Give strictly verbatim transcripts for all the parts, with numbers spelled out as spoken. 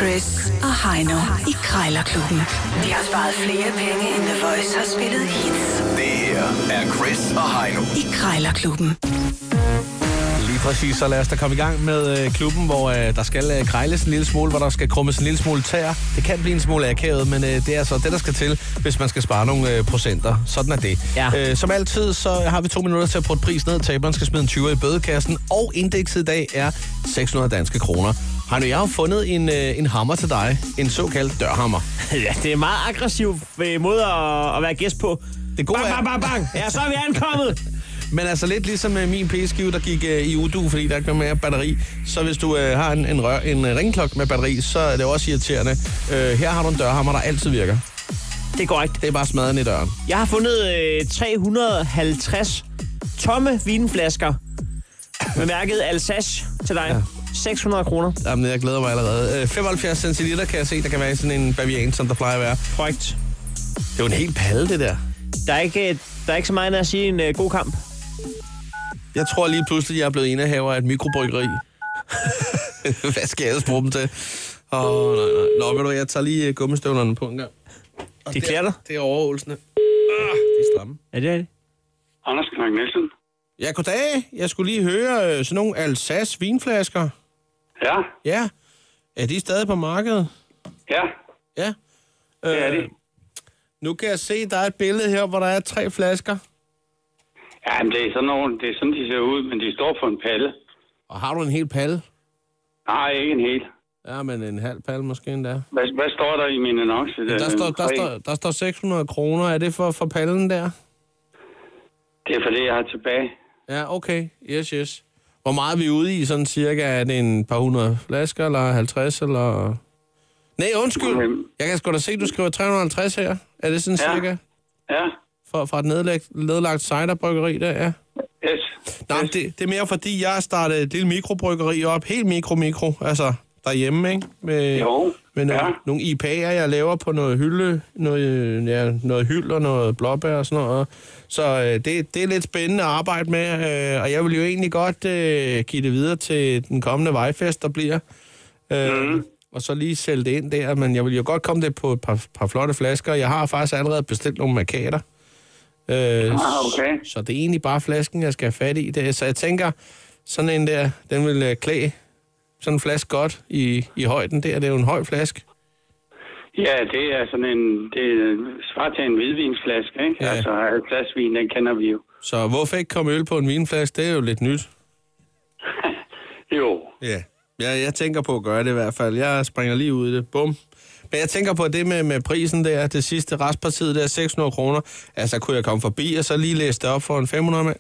Chris og Heino i Krejlerklubben. De har sparet flere penge, end The Voice har spillet hits. Det her er Chris og Heino i Krejlerklubben. Lige præcis, så lad os da komme i gang med øh, klubben, hvor øh, der skal øh, krejles en lille smule, hvor der skal krummes en lille smule tær. Det kan blive en smule akavet, men øh, det er så det, der skal til, hvis man skal spare nogle øh, procenter. Sådan er det. Ja. Øh, som altid, så har vi to minutter til at putte pris ned. Taberen skal smide en tyver i bødekassen, og indekset i dag er seks hundrede danske kroner. Heino, jeg har fundet en, øh, en hammer til dig. En såkaldt dørhammer. Ja, det er en meget aggressiv øh, måde at, at være gæst på. Det gode bang, er... bang, bang, bang. Ja, så er vi ankommet. Men altså lidt ligesom med min p-skive, der gik øh, i udu, fordi der ikke var mere batteri. Så hvis du øh, har en, en, rør, en ringklokke med batteri, så er det også irriterende. Øh, her har du en dørhammer, der altid virker. Det er korrekt. Det er bare smadret i døren. Jeg har fundet øh, tre hundrede og halvtreds tomme vinflasker med mærket Alsace til dig. Ja. seks hundrede kroner. Jamen, jeg glæder mig allerede. Øh, femoghalvfjerds centiliter kan jeg se, der kan være i sådan en bavian, som der plejer at være. Korrekt. Det er jo en hel palle, det der. Der er ikke, der er ikke så meget at sige en uh, god kamp. Jeg tror lige pludselig, jeg er blevet indehaver af et mikrobryggeri. Hvad skal jeg ellers bruge dem til? Åh, oh, nej, nej. Nå, ved du, jeg tager lige gummistøvlerne på en gang. Og de klæder dig? Det er overhovedsende. Ah, de er stramme. Ja, det er det. Anders Knak Nielsen. Ja, goddag. Jeg skulle lige høre øh, sådan nogle Alsace vinflasker. Ja. Ja. Er de stadig på markedet? Ja. Ja. Det er de. Øh, nu kan jeg se, der er et billede her, hvor der er tre flasker. Ja, men det er sådan nogle, det er sådan, de ser ud, men de står på en palle. Og har du en hel palle? Nej, ikke en hel. Ja, men en halv palle måske endda. Hvad, hvad står der i min annonce? Ja, der, står, der, står, der står seks hundrede kroner. Er det for, for pallen der? Det er for det, jeg har tilbage. Ja, okay. Yes, yes. Hvor meget er vi ude i, sådan cirka? Er det en par hundrede flasker, eller halvtreds, eller... Nej, undskyld. Okay. Jeg kan sgu da se, du skriver tre hundrede og halvtreds her. Er det sådan ja. cirka? Ja. For, fra et nedlagt, nedlagt ciderbryggeri der, ja. Yes. Nej, yes. Det, det er mere fordi, jeg har startet et lille mikrobryggeri op. Helt mikro-mikro, altså derhjemme, ikke? Med, jo. med no, ja. nogle I P A'er, jeg laver på noget hylde, noget, ja, noget hyld og noget blåbær og sådan noget. Så øh, det, det er lidt spændende at arbejde med, øh, og jeg vil jo egentlig godt øh, give det videre til den kommende vejfest, der bliver. Øh, mm. Og så lige sælge det ind der, men jeg vil jo godt komme det på et par, par flotte flasker. Jeg har faktisk allerede bestilt nogle markader. Øh, ah, okay. Så det er egentlig bare flasken, jeg skal have fat i. Det. Så jeg tænker, sådan en der, den vil uh, klæde sådan en flaske godt i, i højden der. Det er jo en høj flaske. Ja, det er sådan en, det svarer til en hvidvinsflaske, ikke? Ja. Altså, glasvin, den kender vi jo. Så hvorfor ikke komme øl på en vinflaske? Det er jo lidt nyt. jo. Ja, jeg, jeg tænker på at gøre det i hvert fald. Jeg springer lige ud i det. Bum. Men jeg tænker på det med, med prisen der, det sidste restpartiet der, seks hundrede kroner. Altså, kunne jeg komme forbi og så lige læse det op for en fem hundrede mand?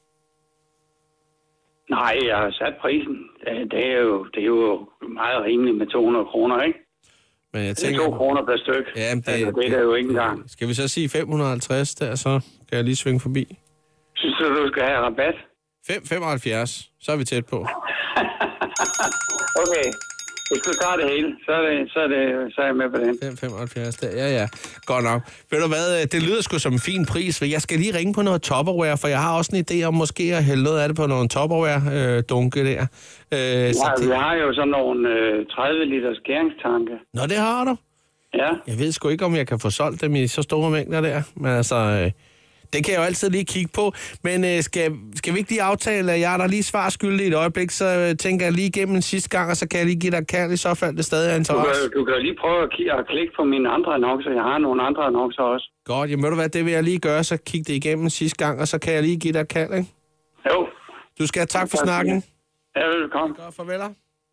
Nej, jeg har sat prisen. Det er jo, det er jo meget rimeligt med to hundrede kroner, ikke? Men jeg tænker... Det er to kroner per styk. Ja, det, altså, det er jo ikke engang. Skal vi så sige fem hundrede og halvtreds der, så kan jeg lige svinge forbi? Synes du, du skal have rabat? fem femoghalvfjerds, så er vi tæt på. Okay. Hvis du tager det hele, så er, det, så er, det, så er jeg med på den. fem femoghalvfjerds der, ja ja. Godt nok. Ved du hvad, det lyder sgu som en fin pris, for jeg skal lige ringe på noget Tupperware, for jeg har også en idé om måske at hælde noget af det på nogle Tupperware-dunke øh, der. Øh, ja, det... vi har jo sådan nogle øh, tredive liters skæringstanke. Nå, det har du? Ja. Jeg ved sgu ikke, om jeg kan få solgt dem i så store mængder der, men altså... Øh, det kan jeg jo altid lige kigge på, men øh, skal, skal vi ikke lige aftale, at jeg er der lige svarskyldig i et øjeblik, så øh, tænker jeg lige igennem en sidste gang, og så kan jeg lige give dig kald i så fald, det stadig er interesse. Du kan, du kan lige prøve at, k- at klikke på mine andre annoncer. Jeg har nogle andre annoncer også. Godt, jamen ved du hvad, det vil jeg lige gøre, så kig det igennem en sidste gang, og så kan jeg lige give dig kald, ikke? Jo. Du skal have tak for snakken. Ja, velkommen. Godt, farveler.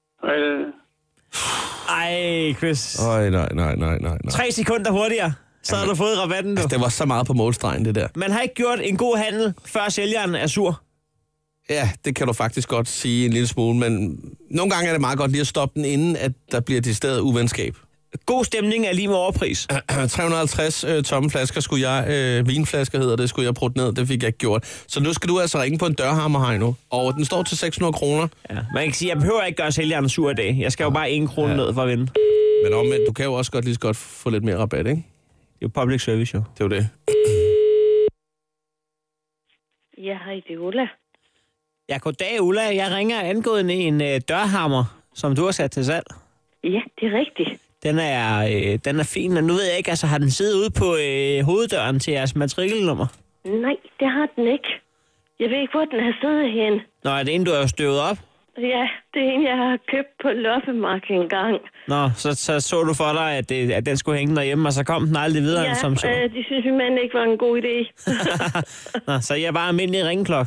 Ej, Chris. Øj, nej, nej, nej, nej. Tre sekunder hurtigere. Så har du fået rabatten, du. Altså, det var så meget på målstregen, det der. Man har ikke gjort en god handel, før sælgeren er sur. Ja, det kan du faktisk godt sige en lille smule, men nogle gange er det meget godt lige at stoppe den, inden at der bliver til stedet uvenskab. God stemning er lige med overpris. tre hundrede og halvtreds øh, tomme flasker skulle jeg, øh, vinflasker hedder det, skulle jeg prutte ned, det fik jeg ikke gjort. Så nu skal du altså ringe på en dørhammer, Heino, og den står til seks hundrede kroner. Ja, man kan sige, jeg behøver ikke gøre sælgeren sur i dag. Jeg skal jo bare en krone ja. ned for at vinde. Men omvendt, du kan jo også godt lige så godt få lidt mere rabat, ikke? Det er jo public service, jo. Det er jo det. Ja, hej, det er Ulla. Ja, goddag, Ulla. Jeg ringer angående en øh, dørhammer, som du har sat til salg. Ja, det er rigtigt. Den er, øh, den er fin, og nu ved jeg ikke, altså har den siddet ude på øh, hoveddøren til jeres matrikelnummer? Nej, det har den ikke. Jeg ved ikke, hvor den har siddet hen. Nå, er det en, du har støvet op? Ja, det er en, jeg har købt på loppemark engang. Nå, så, så så du for dig, at, det, at den skulle hænge derhjemme, og så kom den aldrig videre Ja, end som så. øh, det synes min mand ikke var en god idé. Nå, så jeg er bare almindelig ringklok.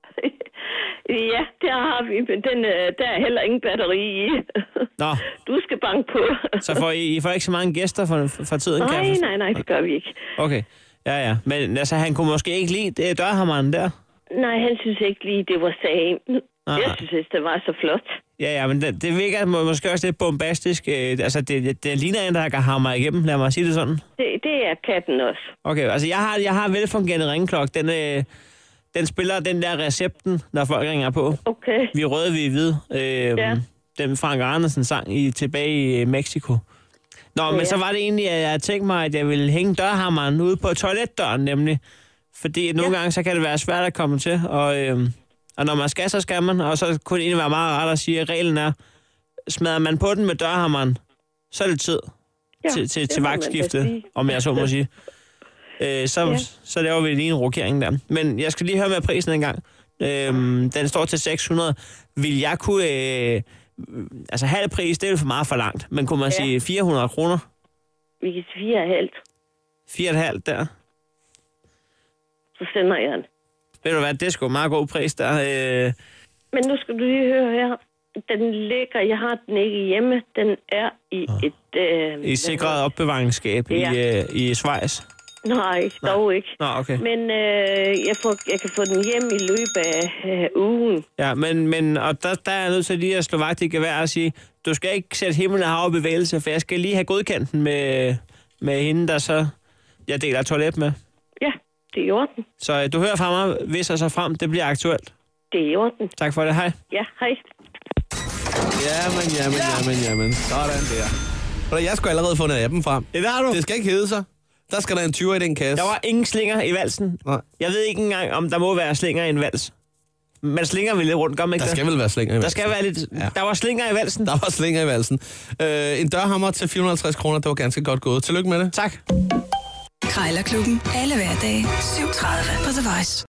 Ja, der har vi, men den, øh, der er heller ingen batteri i. Nå. Du skal banke på. Så får I, I får ikke så mange gæster for, for tiden, kan Nej, jeg forstå? nej, nej, det gør vi ikke. Okay, ja, ja. Men altså, han kunne måske ikke lide det dørhammeren der? Nej, han synes ikke lige, det var sagen. Ah. Jeg synes, det var så flot. Ja, ja, men det, det virker må, måske også lidt bombastisk. Øh, altså, det, det, det ligner en, der kan hamre igennem, lad mig sige det sådan. Det, det er katten også. Okay, altså, jeg har, jeg har en velfungerende ringklok. Den, øh, den spiller den der recepten, når folk ringer på. Okay. Vi er røde, vi er hvide. Øh, Ja. Den Frank Andersen sang i, tilbage i Mexico. Nå, ja. Men så var det egentlig, at jeg havde tænkt mig, at jeg ville hænge dørhammeren ude på toiletdøren, nemlig. Fordi nogle ja. gange, så kan det være svært at komme til, og, øh, og når man skal, så skal man, og så kunne det egentlig være meget rart at sige, at reglen er, smadrer man på den med dørhammeren, så er det tid Ja, til, til, det til må man da vagtskifte, sige. om jeg så må sige. Øh, så, ja. så laver vi lige en rokering der. Men jeg skal lige høre med prisen en gang. Øhm, den står til seks hundrede. Vil jeg kunne... Øh, altså halv pris, det er jo for meget for langt. Men kunne man ja. sige fire hundrede kroner? Vi kan sige fire og halvt. fire komma fem der. Så sender jeg den. Ved du hvad, det er sgu meget god pris der. Øh, Men nu skal du lige høre her. Den ligger, jeg har den ikke hjemme. Den er i oh. et... Øh, I sikret opbevaringsskab ja. i, øh, i Schweiz. Nej, dog Nej. ikke. Nå, okay. Men øh, jeg, får, jeg kan få den hjem i løbet af øh, ugen. Ja, men, men og der, der er jeg nødt til lige at slå vagt i gevær og sige, du skal ikke sætte himmel og hav i bevægelse, for jeg skal lige have godkendt den med, med hende, der så jeg deler toilet med. Ja, det er i orden. Så øh, du hører fra mig, hvis og så frem, det bliver aktuelt. Det er i orden. Tak for det, hej. Ja, hej. Jamen, jamen, jamen, jamen. Sådan der. Og jeg skulle allerede få noget appen frem. Det har du. Det skal ikke hedde sig. Der skal der en tyver i den kasse. Der var ingen slinger i valsen. Nej. Jeg ved ikke engang, om der må være slinger i en vals. Man slinger vel lidt rundt, gør man ikke Der det? skal vel være slinger i valsen. Der skal være lidt... Ja. Der var slinger i valsen. Der var slinger i valsen. Øh, en dørhammer til fire hundrede og halvtreds kroner, det var ganske godt gået. Tillykke med det. Tak. Krejlerklubben. Alle hverdage. syv tredive på The Voice.